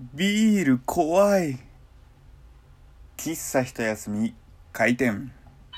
ビール怖い。喫茶一休み開店。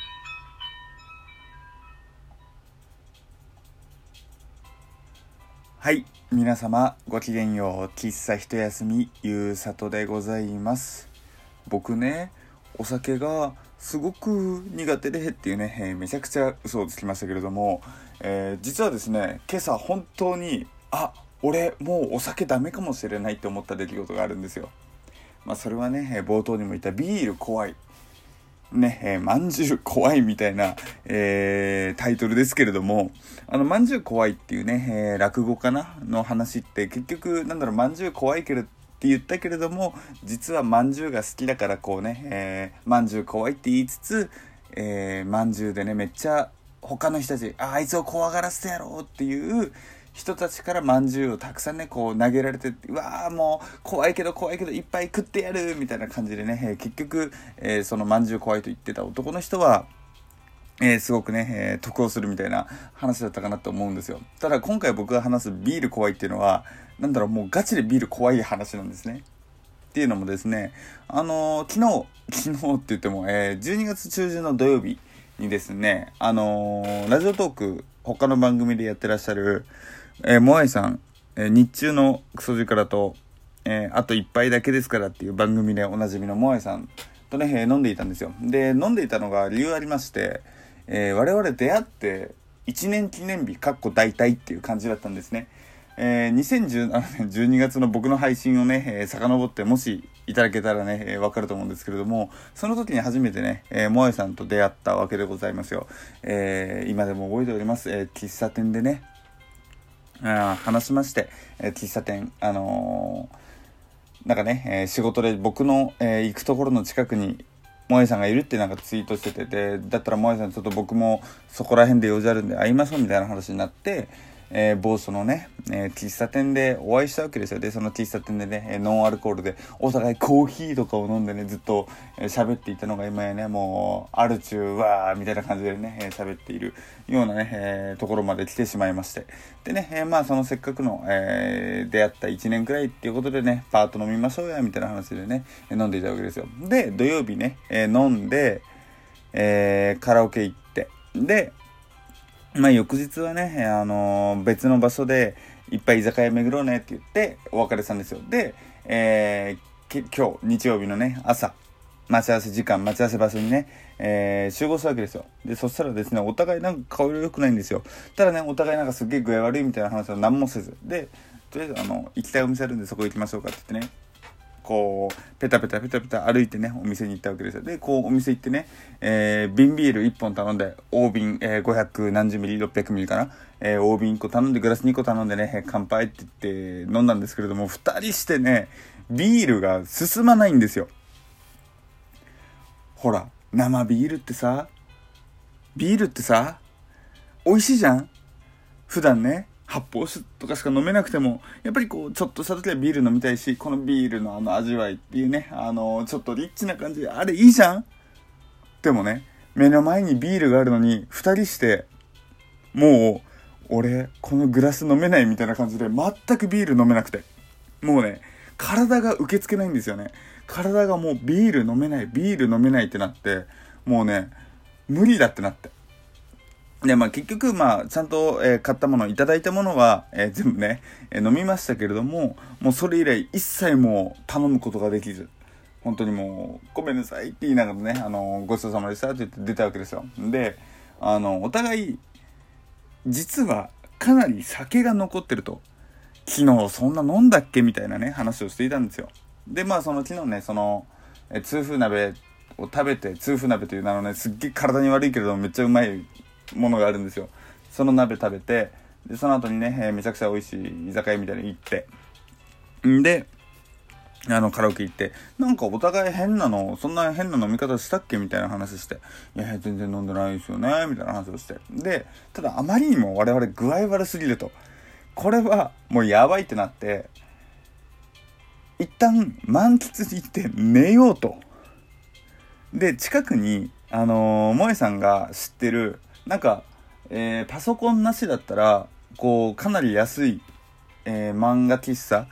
はい、皆様ごきげんよう。喫茶一休みゆうさとでございます。僕ね、お酒がすごく苦手でっていうね、めちゃくちゃ嘘をつきましたけれども、実はですね、今朝本当に俺もうお酒ダメかもしれないって思った出来事があるんですよ。それはね、冒頭にも言ったビール怖いね、まんじゅう怖いみたいな、タイトルですけれども、まんじゅう怖いっていうね、落語家の話って結局まんじゅう怖いけれって言ったけれども、実はまんじゅうが好きだからこうね、まんじゅう怖いって言いつつ、まんじゅうでねめっちゃ他の人たちあいつを怖がらせてやろうっていう人たちからまんじゅうをたくさんねこう投げられて、うわーもう怖いけどいっぱい食ってやるみたいな感じでね、結局、そのまんじゅう怖いと言ってた男の人はすごくね、得をするみたいな話だったかなと思うんですよ。ただ今回僕が話すビール怖いっていうのはもうガチでビール怖い話なんですね。っていうのもですね、昨日って言っても、12月中旬の土曜日にですね、ラジオトーク他の番組でやってらっしゃる、モアイさん、日中のクソ力と、あと一杯だけですからっていう番組でおなじみのモアイさんとね、飲んでいたんですよ。で、飲んでいたのが理由ありまして、我々出会って1年記念日大体っていう感じだったんですね。2017年12月の僕の配信をね、遡ってもしいただけたらね、わかると思うんですけれども、その時に初めてね、モアイさんと出会ったわけでございますよ。今でも覚えております。喫茶店でね、話しまして、喫茶店、仕事で僕の、行くところの近くに萌えさんがいるってツイートしてて、でだったら萌えさんちょっと僕もそこら辺で用事あるんで会いましょうみたいな話になって、某所のね、喫茶店でお会いしたわけですよ。でその喫茶店でね、ノンアルコールでお互いコーヒーとかを飲んでねずっと喋っていたのが今やねもうアルチューわーみたいな感じでね喋っているようなね、ところまで来てしまいまして、でね、そのせっかくの、出会った1年くらいっていうことでねパート飲みましょうやみたいな話でね飲んでいたわけですよ。で土曜日ね、飲んで、カラオケ行ってで翌日はね、別の場所でいっぱい居酒屋巡ろうねって言ってお別れしたんですよ。で、今日日曜日のね朝待ち合わせ場所にね、集合したわけですよ。でそしたらですねお互い顔色良くないんですよ。ただねお互いすっげえ具合悪いみたいな話は何もせずで、とりあえず行きたいお店あるんでそこ行きましょうかって言ってねこうペタペタ歩いてねお店に行ったわけですよ。でこうお店行ってね、瓶ビール1本頼んで大瓶、500何十ミリ600ミリかな、大瓶1個頼んでグラス2個頼んでね乾杯って言って飲んだんですけれども、2人してねビールが進まないんですよ。ほら生ビールってさ美味しいじゃん。普段ね発泡酒とかしか飲めなくてもやっぱりこうちょっとした時はビール飲みたいし、このビールの味わいっていうねちょっとリッチな感じあれいいじゃん。でもね目の前にビールがあるのに2人してもう俺このグラス飲めないみたいな感じで全くビール飲めなくて、もうね体が受け付けないんですよね。体がもうビール飲めないってなって、もうね無理だってなって、で結局ちゃんと、買ったものいただいたものは、全部ね、飲みましたけれども、もうそれ以来一切もう頼むことができず、本当にもうごめんなさいって言いながらねごちそうさまでしたって言って出たわけですよ。でお互い実はかなり酒が残ってると、昨日そんな飲んだっけみたいなね話をしていたんですよ。でその昨日ね痛風鍋を食べて、痛風鍋という名のねすっげえ体に悪いけれどもめっちゃうまいものがあるんですよ。その鍋食べて、でその後にね、めちゃくちゃ美味しい居酒屋みたいに行って、でカラオケ行って、お互いそんな変な飲み方したっけみたいな話して、いや全然飲んでないですよねみたいな話をして、でただあまりにも我々具合悪すぎると、これはもうやばいってなって、一旦満喫に行って寝ようと。で近くに萌えさんが知ってるパソコンなしだったらこうかなり安い、漫画喫茶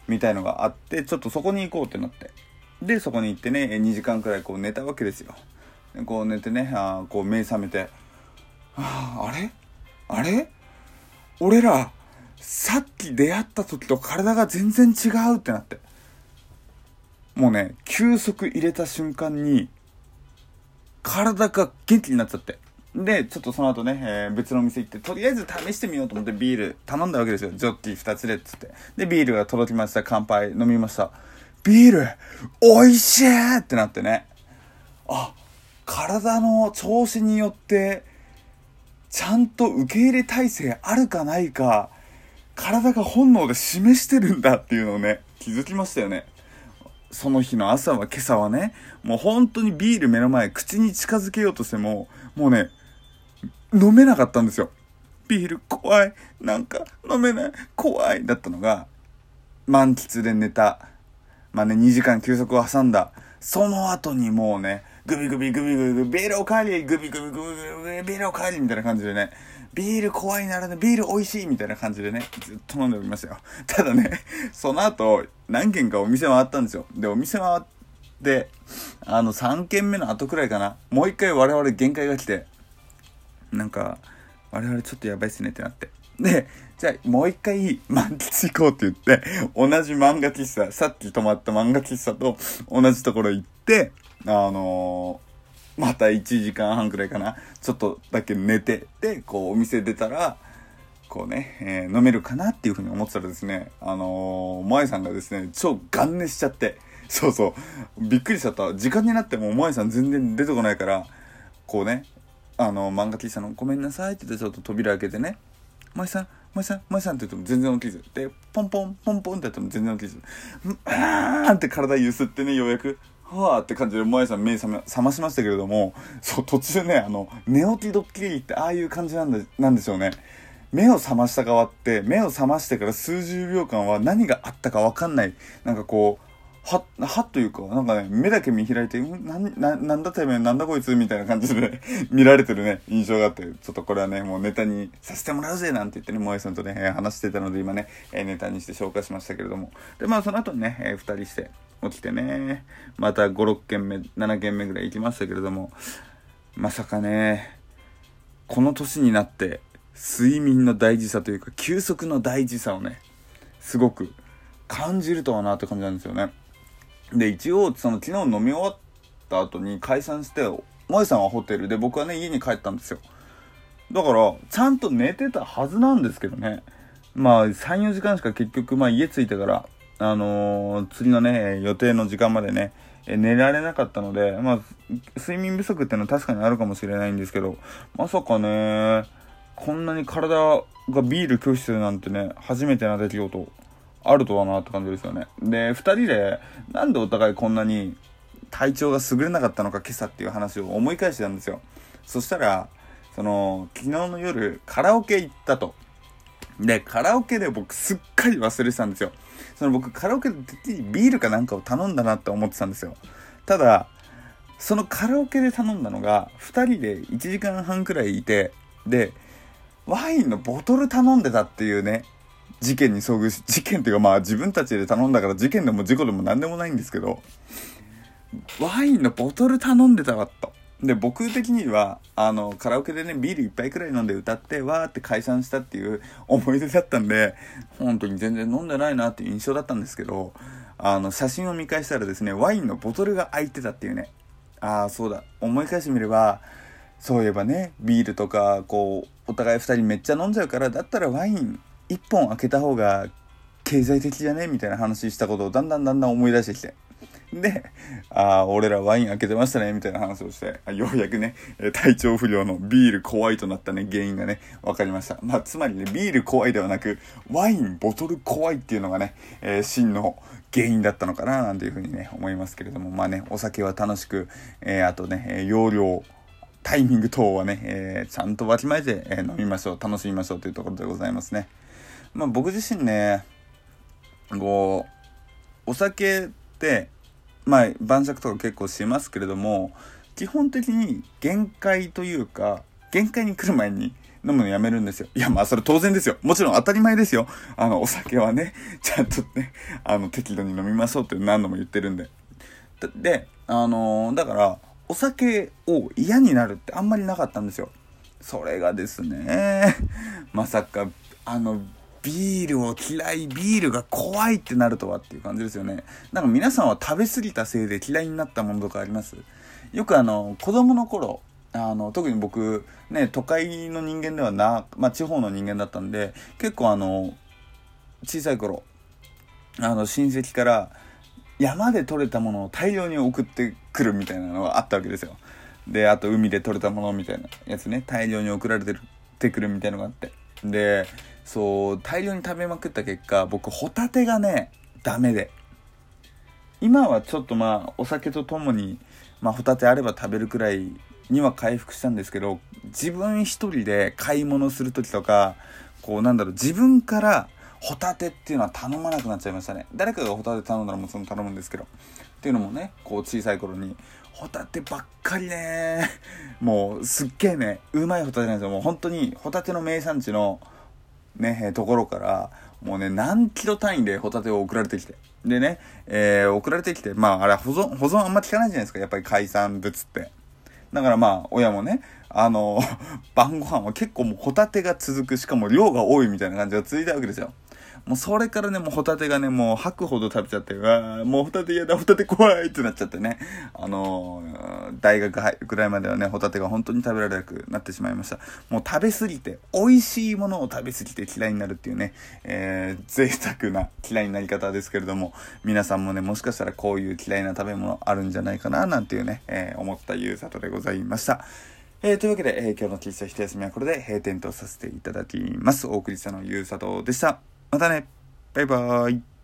みたいのがあって、ちょっとそこに行こうってなって、でそこに行ってね2時間くらいこう寝たわけですよ。でこう寝てねこう目覚めて、あれ俺らさっき出会った時と体が全然違うってなって、もうね休息入れた瞬間に体が元気になっちゃって、でちょっとその後ね、別のお店行ってとりあえず試してみようと思ってビール頼んだわけですよ。ジョッキ2つでっつって、でビールが届きました。乾杯。飲みました。ビール美味しいってなってね、体の調子によってちゃんと受け入れ体制あるかないか体が本能で示してるんだっていうのをね気づきましたよね。その日の朝は今朝はね、もう本当にビール目の前口に近づけようとしてももうね飲めなかったんですよ。ビール怖い、なんか飲めない、怖いだったのが、満喫で寝た、2時間休息を挟んだその後にもうねグビグビグビグビビールおかわり、グビグビグビグビビールおかわりみたいな感じでね、ビール怖いならねビール美味しいみたいな感じでねずっと飲んでおりましたよ。ただねその後何軒かお店回ったんですよ。でお店回って3軒目の後くらいかな、もう一回我々限界が来て、なんか我々ちょっとやばいっすねってなって、でじゃあもう一回満喫行こうって言って同じ漫画喫茶、さっき泊まった漫画喫茶と同じところ行って、また1時間半くらいかな、ちょっとだけ寝て、でこうお店出たらこうね、飲めるかなっていうふうに思ってたらですね、萌えさんがですね超ガン寝しちゃって、そうびっくりしちゃった。時間になっても萌えさん全然出てこないから、こうね漫画喫茶のごめんなさいって言ってちょっと扉開けてね、萌えさんって言っても全然起きずで、ポンポンポンポンってやっても全然起きず、って体ゆすってね、ようやくはーって感じで萌えさん目覚ましましたけれども、そう途中ね寝起きドッキリってああいう感じなんでしょうね。目を覚ました側って目を覚ましてから数十秒間は何があったか分かんない、なんかこうはというか、なんかね目だけ見開いてなんだてめえなんだこいつみたいな感じで、ね、見られてるね印象があって、ちょっとこれはねもうネタにさせてもらうぜなんて言ってね萌えさんとね話してたので今ねネタにして紹介しましたけれども、でその後にね2人して起きてね、また5、6軒目7軒目ぐらい行きましたけれども、まさかねこの年になって睡眠の大事さというか休息の大事さをねすごく感じるとはなって感じなんですよね。で一応昨日飲み終わった後に解散して、萌えさんはホテルで僕はね家に帰ったんですよ。だからちゃんと寝てたはずなんですけどね、3、4時間しか結局家着いてから次のね予定の時間までね寝られなかったので、睡眠不足っていうのは確かにあるかもしれないんですけど、まさかねこんなに体がビール拒否するなんてね初めてな出来事あるとはなって感じですよね。で2人でなんでお互いこんなに体調が優れなかったのか今朝っていう話を思い返してたんですよ。そしたら昨日の夜カラオケ行ったと。でカラオケで僕すっかり忘れてたんですよ。僕カラオケでビールかなんかを頼んだなって思ってたんですよ。ただそのカラオケで頼んだのが2人で1時間半くらいいて、でワインのボトル頼んでたっていうね事件に遭遇し、事件っていうか自分たちで頼んだから事件でも事故でも何でもないんですけど、ワインのボトル頼んでたわと。で僕的にはカラオケでねビール1杯くらい飲んで歌ってわーって解散したっていう思い出だったんで、本当に全然飲んでないなっていう印象だったんですけど、写真を見返したらですねワインのボトルが開いてたっていうね、そうだ思い返してみれば、そういえばねビールとかこうお互い2人めっちゃ飲んじゃうから、だったらワイン1本開けた方が経済的じゃねみたいな話したことをだんだん思い出してきて、で俺らワイン開けてましたねみたいな話をして、ようやくね体調不良のビール怖いとなったね原因がね分かりました。つまりねビール怖いではなくワインボトル怖いっていうのがね、真の原因だったのかななんていうふうにね思いますけれども、お酒は楽しく、あとね容量タイミング等はね、ちゃんとわきまえて、飲みましょう、楽しみましょうというところでございますね。僕自身ねお酒って晩酌とか結構しますけれども、基本的に限界というか限界に来る前に飲むのやめるんですよ。いや、まあそれ当然ですよ。もちろん当たり前ですよ。お酒はね、ちゃんとね、適度に飲みましょうって何度も言ってるんで。で、だから、お酒を嫌になるってあんまりなかったんですよ。それがですね、まさか、ビールを嫌い、ビールが怖いってなるとはっていう感じですよね。なんか皆さんは食べ過ぎたせいで嫌いになったものとかあります？よく子供の頃、特に僕、ね、都会の人間では地方の人間だったんで、結構小さい頃、親戚から、山で採れたものを大量に送ってくるみたいなのがあったわけですよ。で、あと海で採れたものみたいなやつね、大量に送られてくるみたいなのがあって。で、そう大量に食べまくった結果、僕ホタテがねダメで、今はちょっとお酒とともにホタテあれば食べるくらいには回復したんですけど、自分一人で買い物する時とか、自分からホタテっていうのは頼まなくなっちゃいましたね。誰かがホタテ頼んだらもちろん頼むんですけど、っていうのもね、小さい頃にホタテばっかりね、もうすっげえね、うまいホタテなんですよ。もう本当にホタテの名産地のね、ところからもうね、何キロ単位でホタテを送られてきて、でね、送られてきて、あれ保存あんま効かないじゃないですか、やっぱり海産物って。だから親もね、晩ご飯は結構もうホタテが続く、しかも量が多いみたいな感じが続いたわけですよ。もうそれからね、もうホタテがね、もう吐くほど食べちゃって、もうホタテ嫌だ、ホタテ怖いってなっちゃってね、大学入るくらいまではね、ホタテが本当に食べられなくなってしまいました。もう食べ過ぎて、美味しいものを食べ過ぎて嫌いになるっていうね、贅沢な嫌いになり方ですけれども、皆さんもね、もしかしたらこういう嫌いな食べ物あるんじゃないかな、なんていうね、思ったゆうさとでございました。というわけで、今日の喫茶一休みはこれで閉店とさせていただきます。お送りしたのゆうさとでした。またね。バイバーイ。